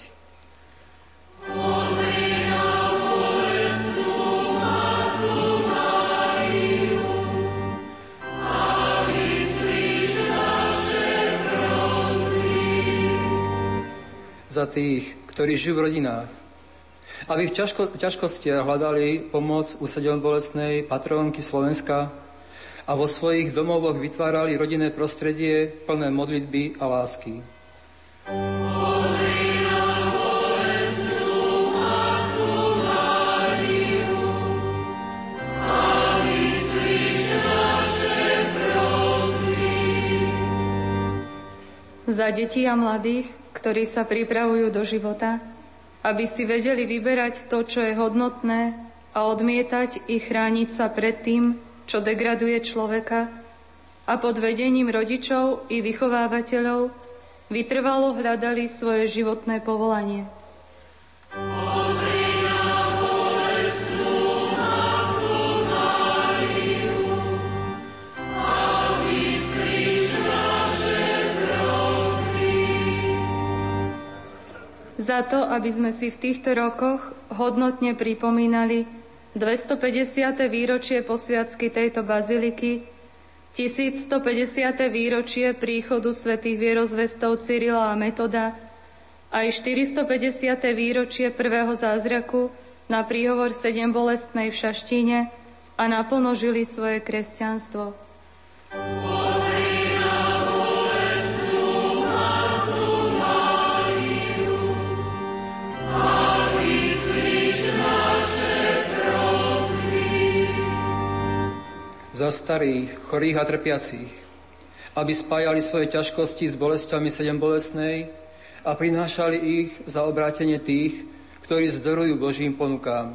Za tých, ktorí žijú v rodinách, aby v ťažkostiach hľadali pomoc u sedembolestnej patrónky Slovenska a vo svojich domovoch vytvárali rodinné prostredie plné modlitby a lásky.
Za deti a mladých, ktorí sa pripravujú do života, aby si vedeli vyberať to, čo je hodnotné a odmietať i chrániť sa pred tým, čo degraduje človeka a pod vedením rodičov i vychovávateľov vytrvalo hľadali svoje životné povolanie. Za to, aby sme si v týchto rokoch hodnotne pripomínali 250. výročie posviacky tejto baziliky, 1150. výročie príchodu svätých vierozvestov Cyrila a Metoda, aj 450. výročie prvého zázraku na príhovor Sedembolestnej v Šaštíne a naplno žili svoje kresťanstvo.
Za starých, chorých a trpiacich, aby spájali svoje ťažkosti s bolestiami sedembolestnej a prinášali ich za obrátenie tých, ktorí zdorujú Božím ponukám.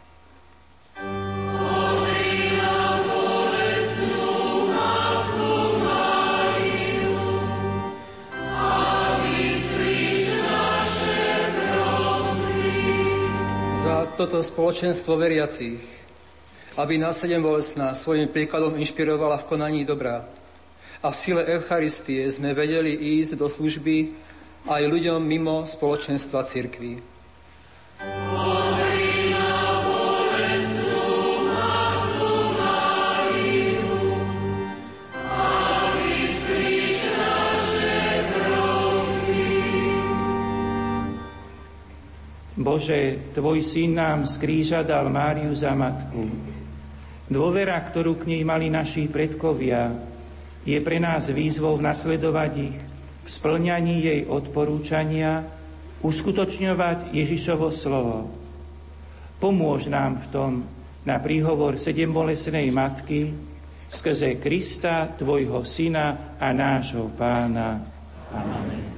Za toto spoločenstvo veriacich, aby nás sedembolestná svojím príkladom inšpirovala v konaní dobra. A v sile Eucharistie sme vedeli ísť do služby aj ľuďom mimo spoločenstva cirkvi.
Bože, Tvoj Syn nám z kríža dal Máriu za matku. Dôvera, ktorú k nej mali naši predkovia, je pre nás výzvou nasledovať ich v splňaní jej odporúčania, uskutočňovať Ježišovo slovo. Pomôž nám v tom na príhovor sedembolestnej matky skrze Krista, Tvojho Syna a nášho Pána. Amen.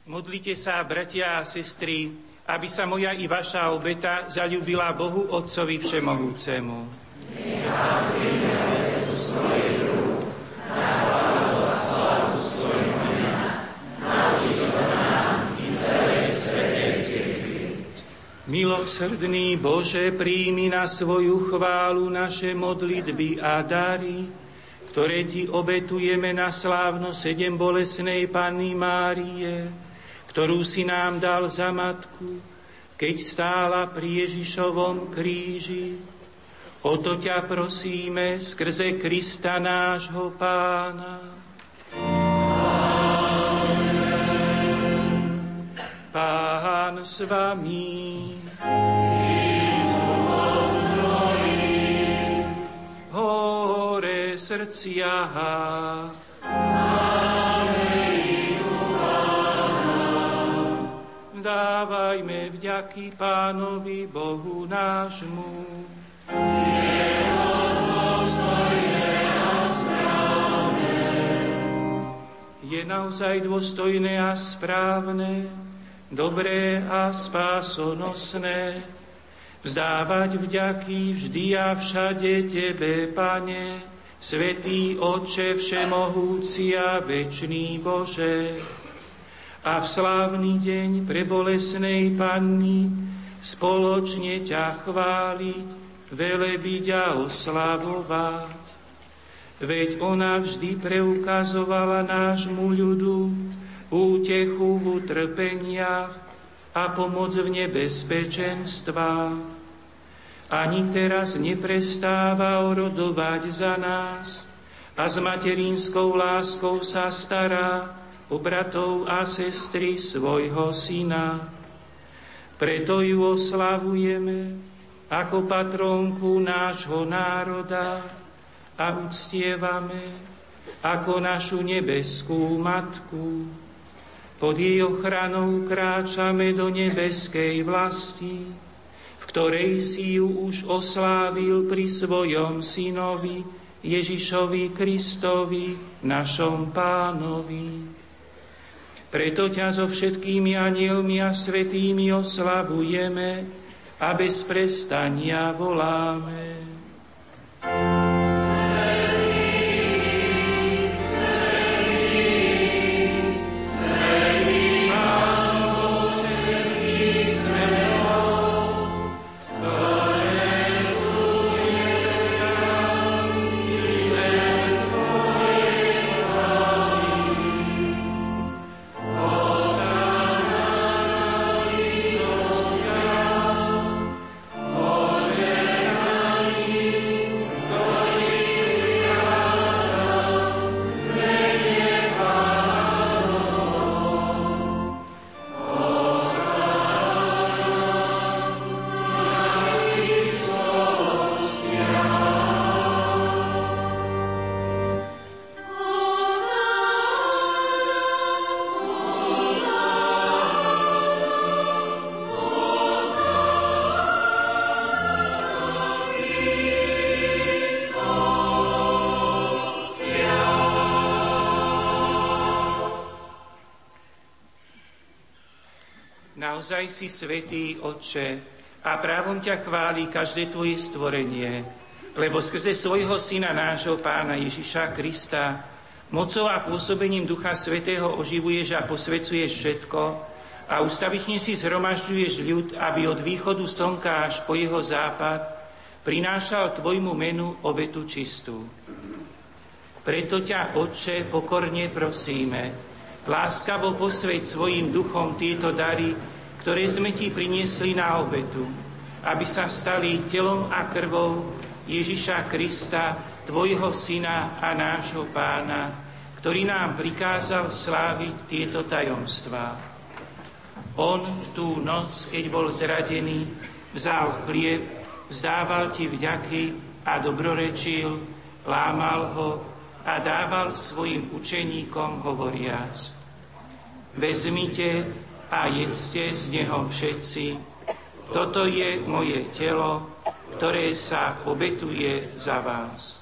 Modlite sa, bratia a sestry, aby sa moja i vaša obeta zaľúbila Bohu Otcovi Všemohúcemu. Milosrdný Bože, príjmi na svoju chválu naše modlitby a dary, ktoré Ti obetujeme na slávno 7 bolesnej Panny Márie, ktorú si nám dal za matku, keď stála pri Ježišovom kríži. O to ťa prosíme skrze Krista nášho Pána. Pán s vami. Hore srdcia. Dávajme vďaky Pánovi Bohu nášmu. Je naozaj dôstojné a správne, dobré a spásonosné vzdávať vďaky vždy a všade Tebe, Pane, Svätý Otče všemohúci a večný Bože. A v slávny deň prebolesnej Panny spoločne ťa chváliť, velebiť a oslavovať. Veď ona vždy preukazovala nášmu ľudu útechu v utrpeniach a pomoc v nebezpečenstvách. Ani teraz neprestáva orodovať za nás a s materinskou láskou sa stará o bratov a sestry svojho Syna. Preto ju oslavujeme ako patrónku nášho národa a uctievame ako našu nebeskú Matku. Pod jej ochranou kráčame do nebeskej vlasti, v ktorej si ju už oslávil pri svojom Synovi Ježišovi Kristovi, našom Pánovi. Preto ťa so všetkými anjelmi a svätými oslavujeme a bez prestania voláme. Naozaj si svätý, Otče, a právom ťa chváli každé tvoje stvorenie, lebo skrze svojho Syna, nášho Pána Ježiša Krista, mocou a pôsobením Ducha Svätého oživuješ a posvecuješ všetko a ustavične si zhromažďuješ ľud, aby od východu slnka až po jeho západ prinášal tvojmu menu obetu čistú. Preto ťa, Otče, pokorne prosíme, láskavo posväť svojim duchom tieto dary, ktoré sme ti priniesli na obetu, aby sa stali telom a krvou Ježiša Krista, tvojho Syna a nášho Pána, ktorý nám prikázal sláviť tieto tajomstvá. On v tú noc, keď bol zradený, vzal chlieb, vzdával ti vďaky a dobrorečil, lámal ho a dával svojim učeníkom hovoriac: Vezmite a jedzte z neho všetci. Toto je moje telo, ktoré sa obetuje za vás.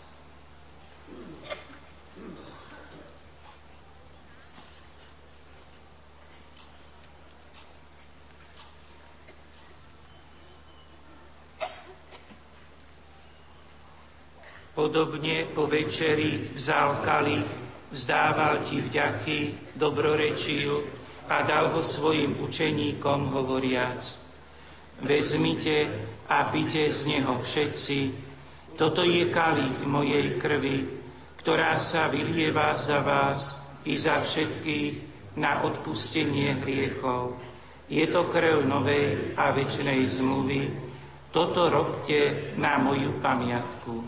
Podobne po večeri vzal kalich, vzdával ti vďaky, dobrorečil a dal ho svojim učeníkom hovoriac: Vezmite a pite z neho všetci, toto je kalich mojej krvi, ktorá sa vylieva za vás i za všetkých na odpustenie hriechov. Je to krv novej a večnej zmluvy. Toto robte na moju pamiatku.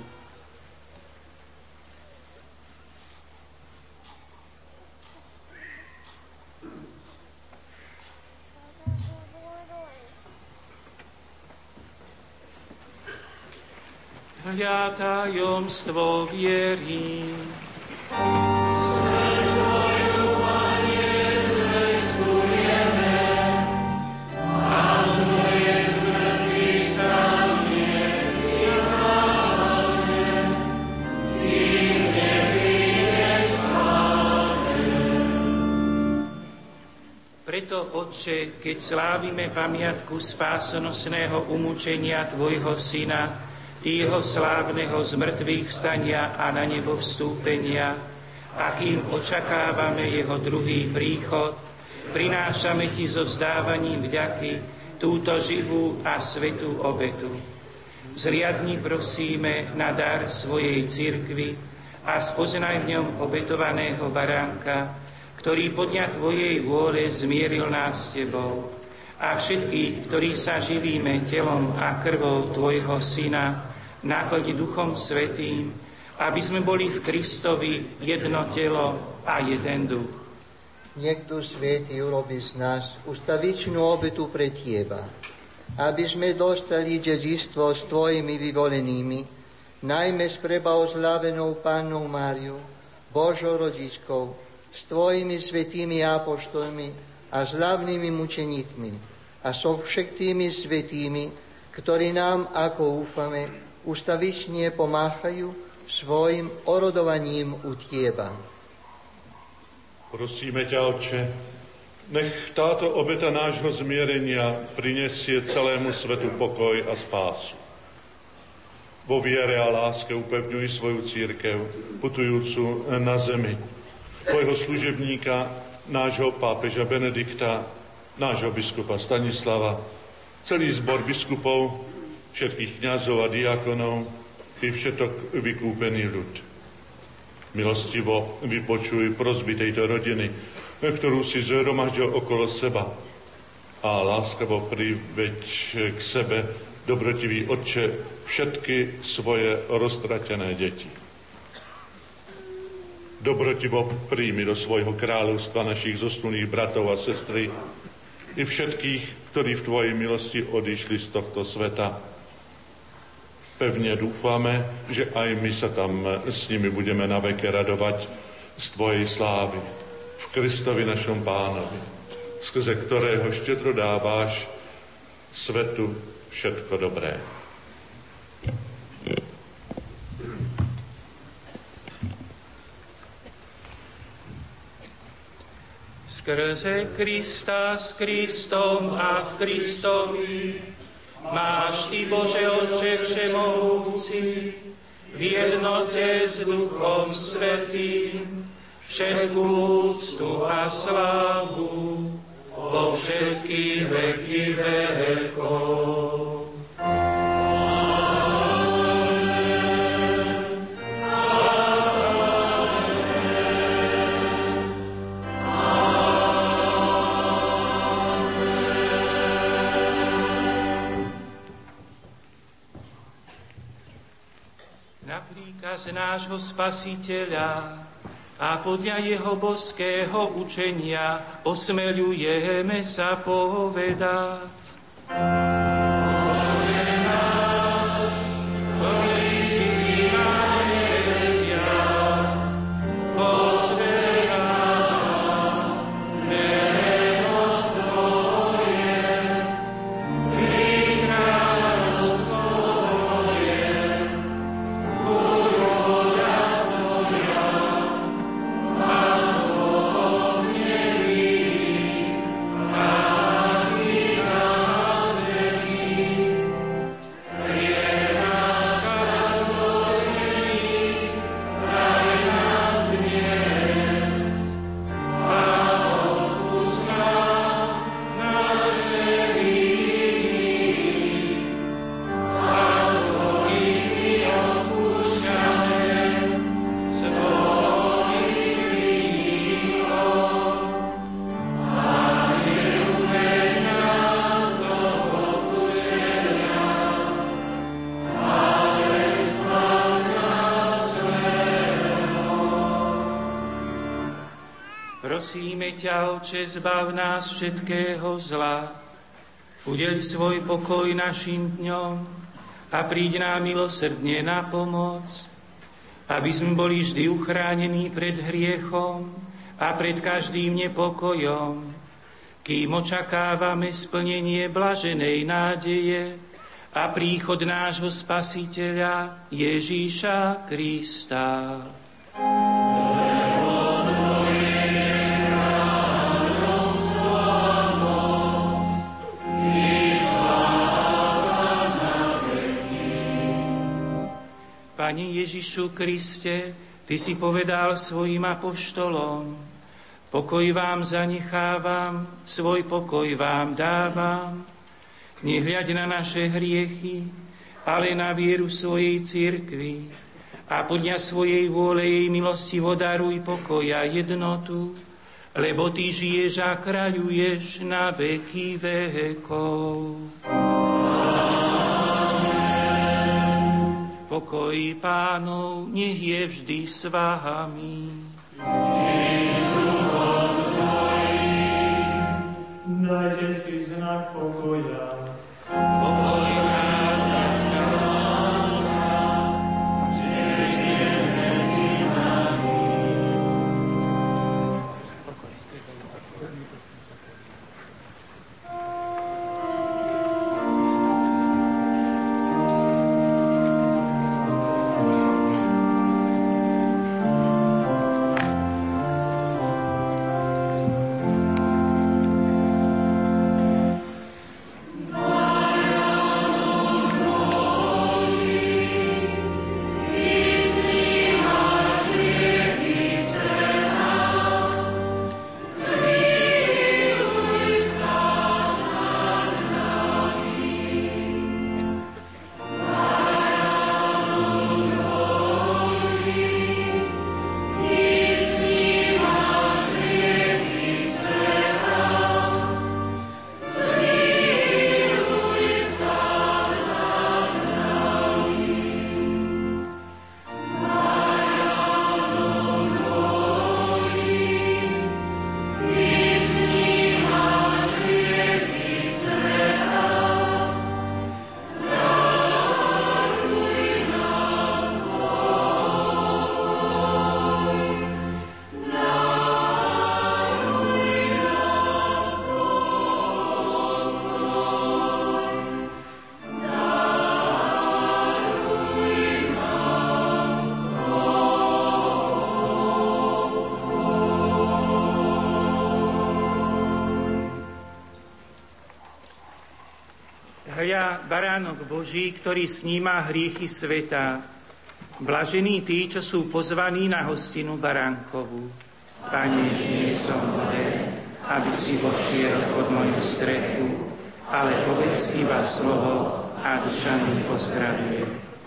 Hľa tajomstvo viery. Preto, Otče, keď slávime pamiatku spásonosného umúčenia Tvojho Syna i jeho slávneho zmrtvých vstania a na nebo vstúpenia, akým očakávame jeho druhý príchod, prinášame Ti so vzdávaním vďaky túto živú a svätú obetu. Zriadni prosíme na dar svojej cirkvi a spoznaj v ňom obetovaného baránka, ktorý podľa Tvojej vôle zmieril nás s Tebou, a všetkých, ktorí sa živíme telom a krvou Tvojho Syna, naplň Duchom Svätým, aby sme boli v Kristovi jedno telo a jeden duch.
Nech Duch Svätý urobí z nás ustavičnú obetu pre Teba, aby sme dostali dedičstvo s Tvojimi vyvolenými, najmä s preblahoslavenou Pannou Máriou, Božou rodičkou, s Tvojimi svätými apoštolmi a slavnými mučeníkmi a so všetkými svätými, ktorí nám, ako úfame, ustavične pomáhajú svojim orodovaním u Teba.
Prosíme ťa, Otče, nech táto obeta nášho zmierenia prinesie celému svetu pokoj a spásu. Vo viere a láske upevňuj svoju cirkev, putujúcu na zemi, tvojho služebníka, nášho pápeža Benedikta, nášho biskupa Stanislava, celý zbor biskupov, všetkých kňazov a diakonov, i všetok vykúpený ľud. Milostivo vypočuj prosby tejto rodiny, ktorú si zhromaždil okolo seba, a láskavo priveď k sebe, dobrotivý Otče, všetky svoje roztratené deti. Dobrotivo príjmi do svojho kráľovstva našich zosnulých bratov a sestry i všetkých, ktorí v Tvojej milosti odišli z tohto sveta. Pevne dúfame, že aj my sa tam s nimi budeme na veke radovať z Tvojej slávy, v Kristovi našom Pánovi, skrze ktorého štedro dáváš svetu všetko dobré.
Skrze Krista, s Kristom a v Kristovi máš Ty, Bože Otče všemohúci, v jednote s Duchom Svätým, všetkú úctu a slávu vo všetky veky vekov. Z nášho Spasiteľa a podľa jeho božského učenia osmeľujeme sa povedať: Prosíme ťa, Otče, zbav nás všetkého zla. Udeľ svoj pokoj našim dňom a príď nám milosrdne na pomoc, aby sme boli vždy uchránení pred hriechom a pred každým nepokojom, kým očakávame splnenie blaženej nádeje a príchod nášho Spasiteľa Ježíša Krista. Pane Ježišu Kriste, Ty si povedal svojim apoštolom: pokoj vám zanechávam, svoj pokoj vám dávam. Nehľaď na naše hriechy, ale na vieru svojej cirkvi a podľa svojej vôle jej milostivo daruj pokoj a jednotu, lebo Ty žiješ a kráľuješ na veky vekov. Pokoj Pánov nech je vždy s vami.
Dajte si znak pokoja.
Pokoj nám láska Božá, žije medzi nami. Hľa, baránok Boží, ktorý sníma hriechy sveta. Blažení tí, čo sú pozvaní na hostinu baránkovú. Pane, nie som hoden, aby si vošiel pod moju strechu, ale povedz iba slovo a duša mi pozdravuje.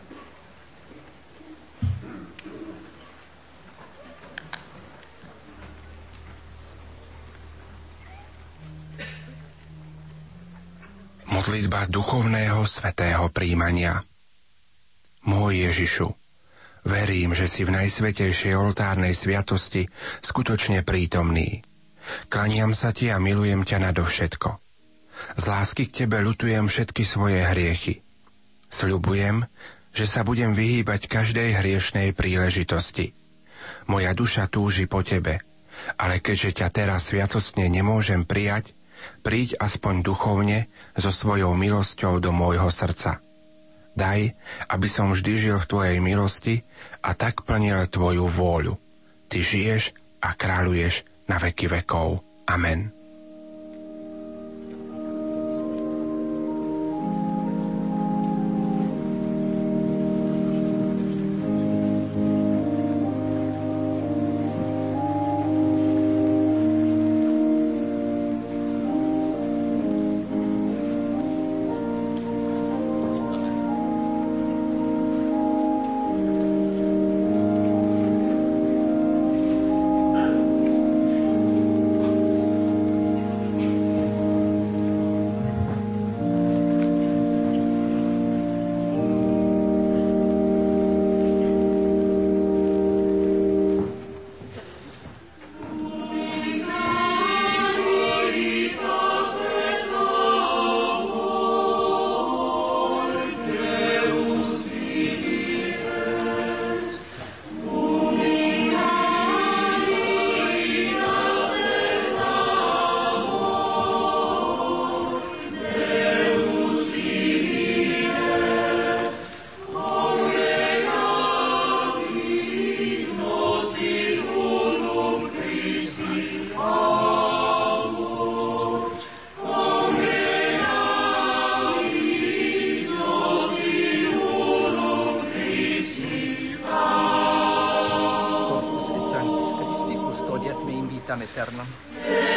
Modlitba duchovného svätého prijímania. Môj Ježišu, verím, že si v najsvätejšej oltárnej sviatosti skutočne prítomný. Klaniam sa Ti a milujem ťa nadovšetko. Z lásky k Tebe ľutujem všetky svoje hriechy. Sľubujem, že sa budem vyhýbať každej hriešnej príležitosti. Moja duša túži po Tebe, ale keďže ťa teraz sviatostne nemôžem prijať, príď aspoň duchovne so svojou milosťou do môjho srdca. Daj, aby som vždy žil v Tvojej milosti a tak plnil Tvoju vôľu. Ty žiješ a kráľuješ na veky vekov. Amen.
vitam aeternam.